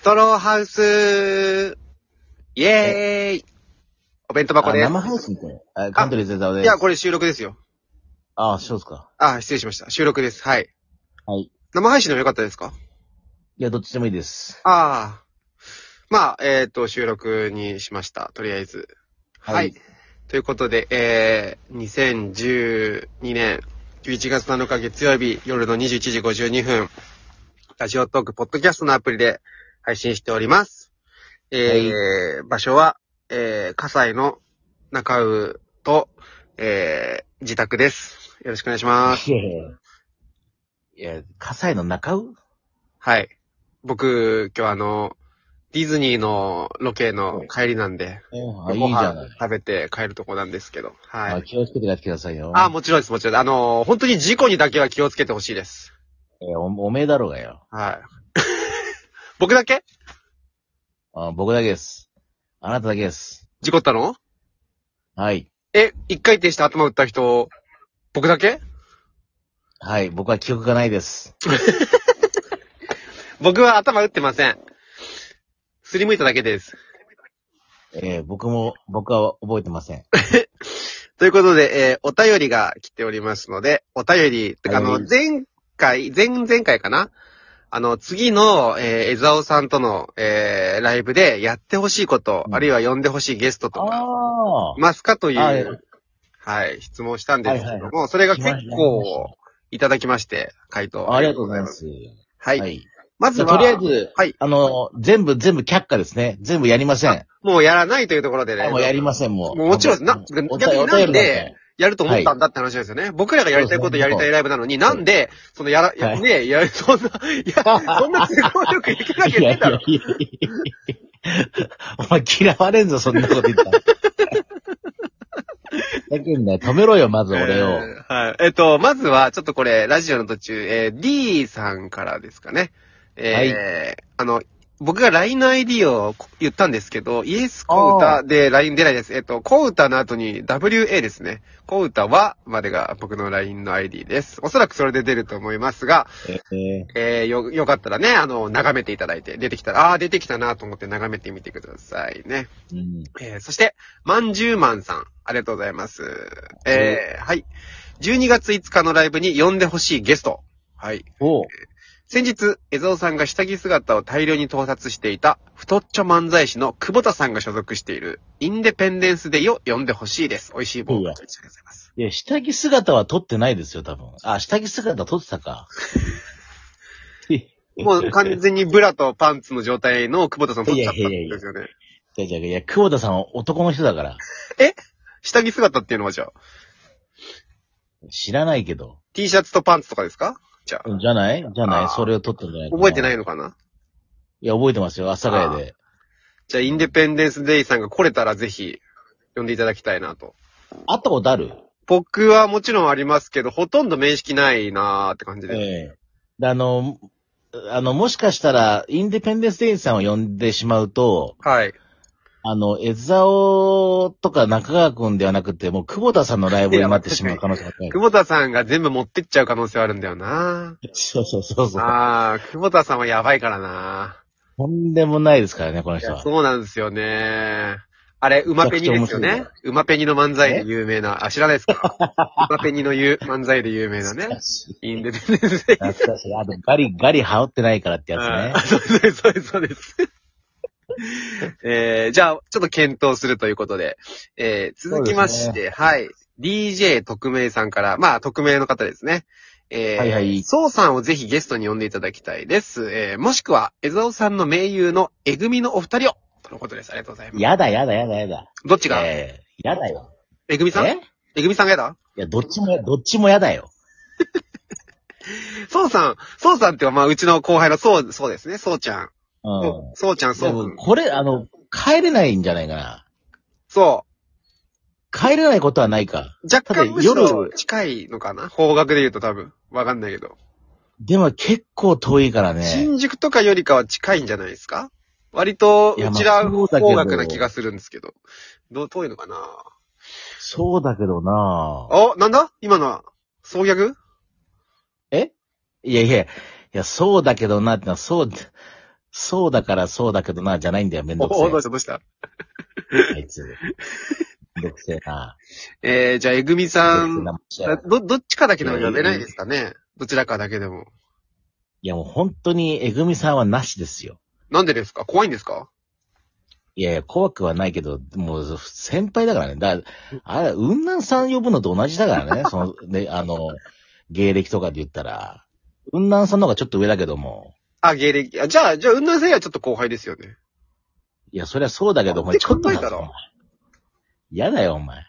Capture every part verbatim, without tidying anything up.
トローハウスイエーイお弁当箱です。 生配信これ。あ、カントリーゼザオです。 いや、これ収録ですよ。 あ、そうですか。 あ、失礼しました。収録です。はい。 はい。 生配信でもよかったですか？ いや、どっちでもいいです。 ああ。まあ、えっ、ー、と、収録にしました。とりあえず。はい。はい、ということで、えー、にせんじゅうにねんじゅういちがつなのか月曜日夜のにじゅういちじごじゅうにふん、ラジオトークポッドキャストのアプリで配信しております。えー、はい、場所は、えー、葛西の中尾と、えー、自宅です。よろしくお願いします。 いやいや、いや葛西の中尾？ はい。僕、今日あの、ディズニーのロケの帰りなんで、 あ、いいじゃない。 食べて帰るとこなんですけど。はい。 あ、気をつけて帰ってくださいよ。 あ、もちろんです、もちろんです。あの、本当に事故にだけは気をつけてほしいです。 えー、お、おめえだろうがよ。 はい。僕だけ？ あ、僕だけです。あなただけです。 事故ったの？ はい。 え、一回転して頭打った人、僕だけ？ はい、僕は記憶がないです。 僕は頭打ってません。すりむいただけです。 えー、僕も、僕は覚えてません。 ということで、えー、お便りが来ておりますので、お便り、てかあの、前回、前々回かな？あの、次の、えー、江沢さんとの、えー、ライブでやってほしいこと、うん、あるいは呼んでほしいゲストとか、いますかという、はい、質問をしたんですけども、はいはいはい、それが結構いただきまして、回答。 ありがとうございます。 はい。はい、まずは、 とりあえず、はい。あの、全部、全部却下ですね。全部やりません。 もうやらないというところでね。 もうやりません、もう。 もうもちろん、な、逆になんで、やると思ったんだって話ですよね。はい、僕らがやりたいことやりたいライブなのに、なんで、そのやら、や、ねや、そんな、いや、そんな都合よくいけなきゃねえだろ。いやいやいやお前嫌われんぞ、そんなこと言ったら。だけどね、止めろよ、まず俺を。 えー、はい。えっと、まずは、ちょっとこれ、ラジオの途中、えー、D さんからですかね。えー、はい、あの、僕が ライン の アイディー を言ったんですけど、イエスコウタで ライン 出ないです。えっと、コウタの後に ダブリューエー ですね。コウタはまでが僕の ライン の アイディー です。おそらくそれで出ると思いますが、えー、えー、よ、よかったらね、あの、眺めていただいて、出てきたら、あー出てきたなと思って眺めてみてくださいね。うん、えー、そして、まんじゅうまんさん、ありがとうございます。えー、はい。じゅうにがついつかのライブに呼んでほしいゲスト。はい。お先日、江蔵さんが下着姿を大量に盗撮していた太っちょ漫才師の久保田さんが所属しているインデペンデンスデイを呼んでほしいです。美味しい棒をありがとうございます。 いや、下着姿は撮ってないですよ、多分。あ、下着姿撮ってたか。 もう完全にブラとパンツの状態の久保田さん撮っちゃったんですよね。 いやいやいや、いや、久保田さんは男の人だから。 え？下着姿っていうのはじゃあ知らないけど。 T シャツとパンツとかですか？じゃあ。 じゃないじゃないそれを撮ってんじゃないかな。 覚えてないのかないや、覚えてますよ。阿佐ヶ谷で。 じゃあ、インデペンデンスデイさんが来れたらぜひ、呼んでいただきたいなと。 会ったことある？ 僕はもちろんありますけど、ほとんど面識ないなーって感じです。ええー、あの、あの、もしかしたら、インデペンデンスデイさんを呼んでしまうと、 はい。 あの、エザオとか中川くんではなくて、もう久保田さんのライブになってしまう可能性が高い。 久保田さんが全部持ってっちゃう可能性はあるんだよな。 そうそうそうそう。 ああ、久保田さんはやばいからな。 とんでもないですからね、この人は。 そうなんですよね。あれ、馬ペニですよね。馬ペニの漫才で有名な、あ、知らないですか？馬ペニの言う漫才で有名なね。インデペンデンスデイ。 懐かしい。あと、ガリ、ガリ羽織ってないからってやつね。 あそうです、そうです、そうです。えー、じゃあ、ちょっと検討するということで、えー、続きまして、ね、はい。ディージェー 特命さんから、まあ、特命の方ですね。えー、はいはい。そうさんをぜひゲストに呼んでいただきたいです。えー、もしくは、江沢さんの盟友のえぐみのお二人を、とのことです。ありがとうございます。 やだやだやだやだ。 どっちがえー、やだよ。 えぐみさんええぐみさんがやだいや、どっちも、どっちもやだよ。 そうさん、そうさんっては、まあ、うちの後輩のそう、そうですね、そうちゃん。 うん。 そうちゃん、そうくん。 これ、あの、帰れないんじゃないかな。 そう。 帰れないことはないか。 若干むしろ近いのかな方角で言うと多分。わかんないけど。 でも結構遠いからね。 新宿とかよりかは近いんじゃないですか？割と、うちら方角な気がするんですけど。どう、遠いのかな？ そうだけどなあ、なんだ今のは、総逆？ えいやいや、いや、そうだけどなってのは、そう、 そうだからそうだけどな、じゃないんだよ、めんどくせおお、どうしたどうしたえ。あいつ。めんどくせえな。 えー、じゃあ、えぐみさん、 めんどくせえなど、どっちかだけでも呼べないですかね。どちらかだけでも。 いやもう本当に、えぐみさんはなしですよ。 なんでですか？怖いんですか？ いやいや、怖くはないけど、もう、先輩だからね。だあれ、雲南さん呼ぶのと同じだからね。その、ね、あの、芸歴とかで言ったら。雲南さんの方がちょっと上だけども。 あ、芸歴。あ、じゃあ、じゃあ、うんなせいはちょっと後輩ですよね。 いや、そりゃそうだけど、お前、 でちょっと考えたらお前嫌だよ、お前。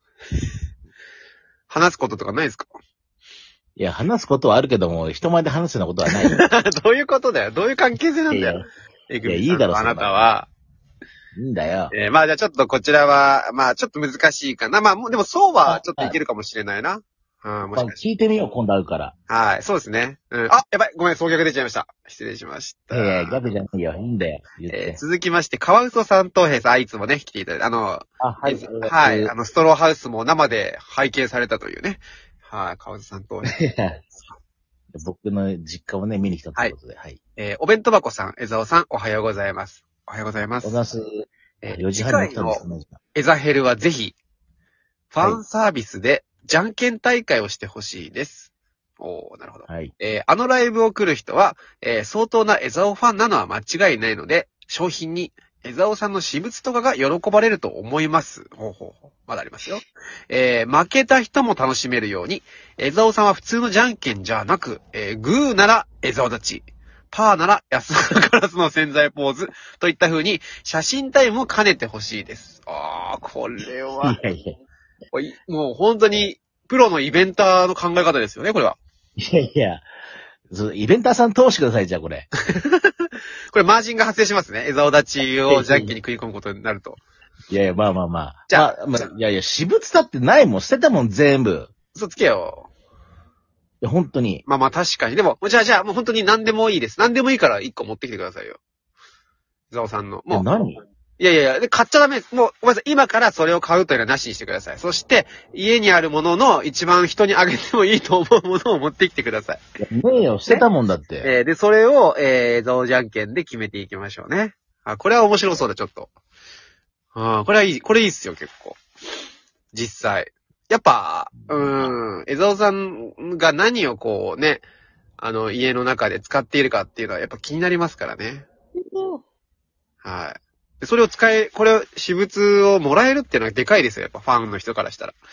話すこととかないですか？ いや、話すことはあるけども、人前で話すようなことはないよ。 どういうことだよ。どういう関係性なんいやいだよ。えぐいやみさんいいだろそんなとあなたは。 いいんだよ。 えー、まあじゃあちょっとこちらは、まあちょっと難しいかな。まあもう、でもそうはちょっといけるかもしれないな。うん、もまあしかして。 聞いてみよう、今度会うから。 はい、そうですね。うん。あ、やばい。ごめん、送逆出ちゃいました。失礼しました。 いやいや、逆じゃないよ。いいんだよ。言っえーて。 続きまして、カワウソさんと平さん、あいつもね、来ていただいて、あの、 あ、はい。 はい、あの、ストローハウスも生で拝見されたというね。はい、カワウソさんと、 いや僕の実家をね、見に来たということで、はい。 えーお弁当箱さん、江沢さん、おはようございます。おはようございます。 おざす。 えーよじはんに来たんですね。 エザヘルはぜひ、ファンサービスで、じゃんけん大会をしてほしいです。おー、なるほど。 はい。 えーあのライブを来る人は、えー相当なエザオファンなのは間違いないので、商品にエザオさんの私物とかが喜ばれると思います。ほうほうほう。まだありますよ。えー負けた人も楽しめるように、エザオさんは普通のじゃんけんじゃなく、えーグーならエザオ立ち、パーなら安原ガラスの潜在ポーズといった風に、写真タイムを兼ねてほしいです。あー、これは。 いやいや。 おいもう本当に、プロのイベンターの考え方ですよね、これは。 いやいや。そうイベンターさん通してください、じゃあこれ。 これマージンが発生しますね。エザオ立ちをジャンキーに食い込むことになると。 いやいや、まあまあまあ。 じゃあまあ、まあ、いやいや、私物だってないもん。捨てたもん、全部。 嘘つけよ。 いや、本当に。 まあまあ確かに。でも、じゃあじゃあもう本当に何でもいいです。何でもいいから一個持ってきてくださいよ。エザオさんの。もう。 いや何いやいやいや、で、買っちゃダメです。もう、ごめんなさい。今からそれを買うというのはなしにしてください。そして、家にあるものの一番人にあげてもいいと思うものを持ってきてください。 いやねえよ、捨てたもんだって。 えーで、それを、えー、ゾウじゃんけんで決めていきましょうね。あ、これは面白そうだ、ちょっと。あこれはいい、これいいっすよ、結構。実際。やっぱ、うーん、エゾウさんが何をこうね、あの、家の中で使っているかっていうのはやっぱ気になりますからね。はい。でそれを使え、これを、私物をもらえるっていうのはでかいですよ、やっぱファンの人からしたら。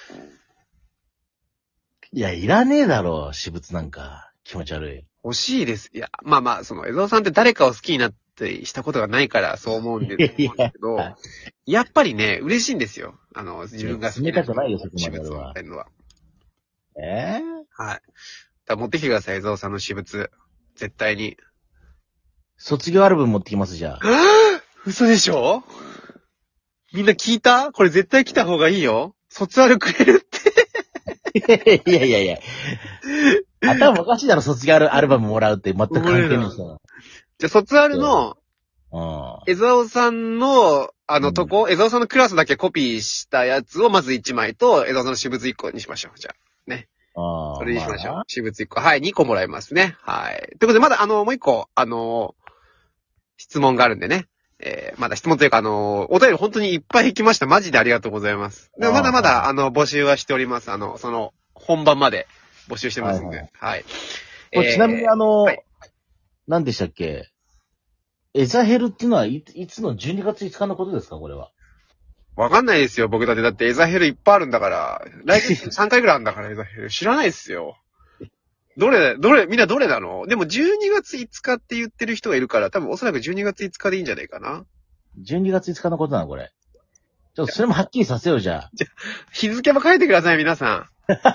いや、いらねえだろ、私物なんか。気持ち悪い。 欲しいです。いや、まあまあ、その、エゾウさんって誰かを好きになってしたことがないからそう思うんでいやいや思うんですけど、やっぱりね、嬉しいんですよ。あの、自分が好き冷たくないよ、そこ私までは物をみたいなのは。 ええはい。だから持ってきてください、エゾウさんの私物。絶対に。 卒業アルバム持ってきます、じゃあ。 嘘でしょ？みんな聞いた？これ絶対来た方がいいよ。卒アルくれるって。 いやいやいや。頭おかしいだろ、卒業アルバムもらうって全く関係ない人だ。 じゃあ、卒アルの、 うん。 エザオさんの、あのとこ、エザオさんのクラスだけコピーしたやつをまずいちまいと、エザオさんの私物いっこにしましょう。じゃあ、ね。 ああ。 それにしましょう。 まあ私物いっこ。はい、にこもらいますね。はい。ということで、まだ、あの、もういっこ、あの、質問があるんでね。えー、まだ質問というか、あの、お便り本当にいっぱい来ました。マジでありがとうございます。でもまだまだ、あの、募集はしております。あの、その、本番まで募集してますんで。 はいはい。 これちなみにあの、 はい何でしたっけエザヘルっていうのはいついつのじゅうにがついつかのことですかこれは。 わかんないですよ、僕だって。だってエザヘルいっぱいあるんだから。来月さんかいぐらいあるんだから、エザヘル。知らないっすよ。どれ、どれ、みんなどれなの？でもじゅうにがついつかって言ってる人がいるから、多分おそらくじゅうにがついつかでいいんじゃないかな。 じゅうにがついつかのことなのこれ。ちょっとそれもはっきりさせようじゃあ。 日付も書いてください、皆さ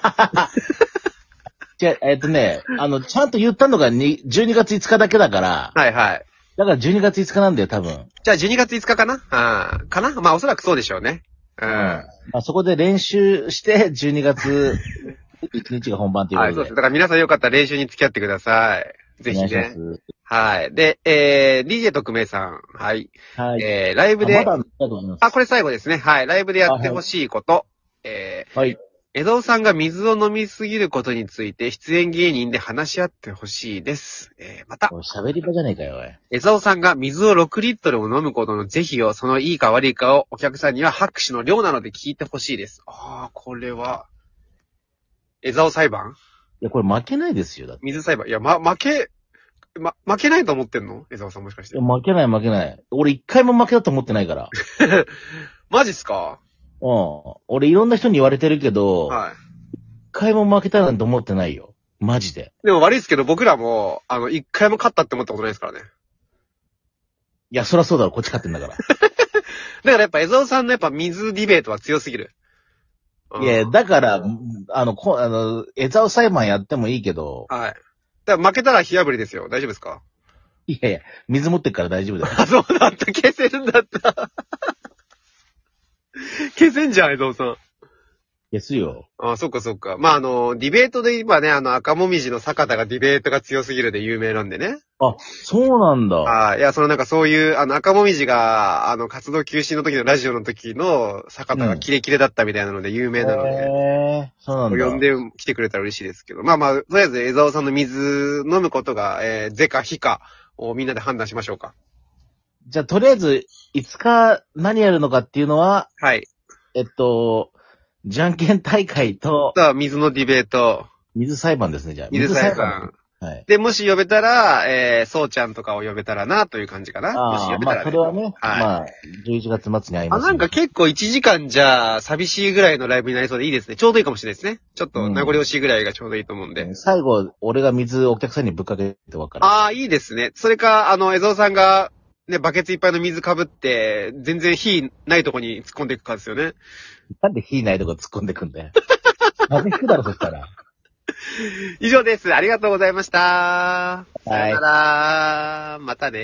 じゃあ、えっとね、あの、ちゃんと言ったのがにじゅうにがついつかだけだからん。、はいはい。 だからじゅうにがついつかなんだよ、多分。 じゃあじゅうにがついつかかなあーかなまあおそらくそうでしょうね。うん。 まあ、そこで練習して、じゅうにがついちにちが本番というはい、 ことで。 そうです。だから皆さんよかったら練習に付き合ってください。ぜひお願いねし。ます。 はい。で、えー、ディージェー 特命さん。はい。 はい。 えー、ライブで、 あまだあると思います。 あ、これ最後ですね。はい。ライブでやってほしいこと。えー、 はい。 江戸さんが水を飲みすぎることについて出演芸人で話し合ってほしいです。えー、また、 おい喋り場じゃねえかよ、おい。 江沢さんが水をろくリットルを飲むことの是非を、そのいいか悪いかをお客さんには拍手の量なので聞いてほしいです。ああ、これは、江沢裁判？ いや、これ負けないですよ、だって。 水裁判。いや、ま、負け、ま、負けないと思ってんの江沢さんもしかして。 いや負けない負けない。俺一回も負けだと思ってないから。 マジっすか？ うん。俺いろんな人に言われてるけど、 はい。 一回も負けたなんて思ってないよ。マジで。 でも悪いですけど、僕らも、あの、一回も勝ったって思ったことないですからね。 いや、そらそうだろ、こっち勝ってんだから。 だからやっぱ江沢さんのやっぱ水ディベートは強すぎる。 いや、だから、あの、こあの、江沢裁判やってもいいけど、 はい。だから負けたら火炙りですよ。大丈夫ですか？ いやいや、水持ってっから大丈夫だよ。 あ、そうだった。消せるんだった。消せんじゃん、江沢さん。 ですよ。 あ、そっかそっか。まあ、あの、ディベートで今ね、あの、赤もみじの坂田がディベートが強すぎるで有名なんでね。 あ、そうなんだ。 あいや、そのなんかそういう、あの、赤もみじが、あの、活動休止の時のラジオの時の坂田がキレキレだったみたいなので有名なので、 へー、そうなんだ。 呼んで来てくれたら嬉しいですけど。まあまあ、とりあえず江沢さんの水飲むことが、えー、是か非かをみんなで判断しましょうか。 じゃあ、とりあえず、いつか何やるのかっていうのは、 はい。 えっと、じゃんけん大会と、 さあ、水のディベート、 水裁判ですね、じゃあ。 水裁判。 はい。 で、もし呼べたら、えー、そうちゃんとかを呼べたらな、という感じかな。もしああ、 呼べたら、 まあ、それはね、 はい。 まあ、じゅういちがつ末に会いまあ、 す。 なんか結構いちじかんじゃ、寂しいぐらいのライブになりそうでいいですね。ちょうどいいかもしれないですね。ちょっと名残惜しいぐらいがちょうどいいと思うんで。 最後、俺が水お客さんにぶっかけて分かる。 ああ、いいですね。それか、あの、江蔵さんが、ね、バケツいっぱいの水かぶって、全然火ないとこに突っ込んでいくかですよね。 なんで火ないとこ突っ込んでくんだよ。風邪ひくだろ、そしたら。 以上です。ありがとうございました。 はいさよなら。またね。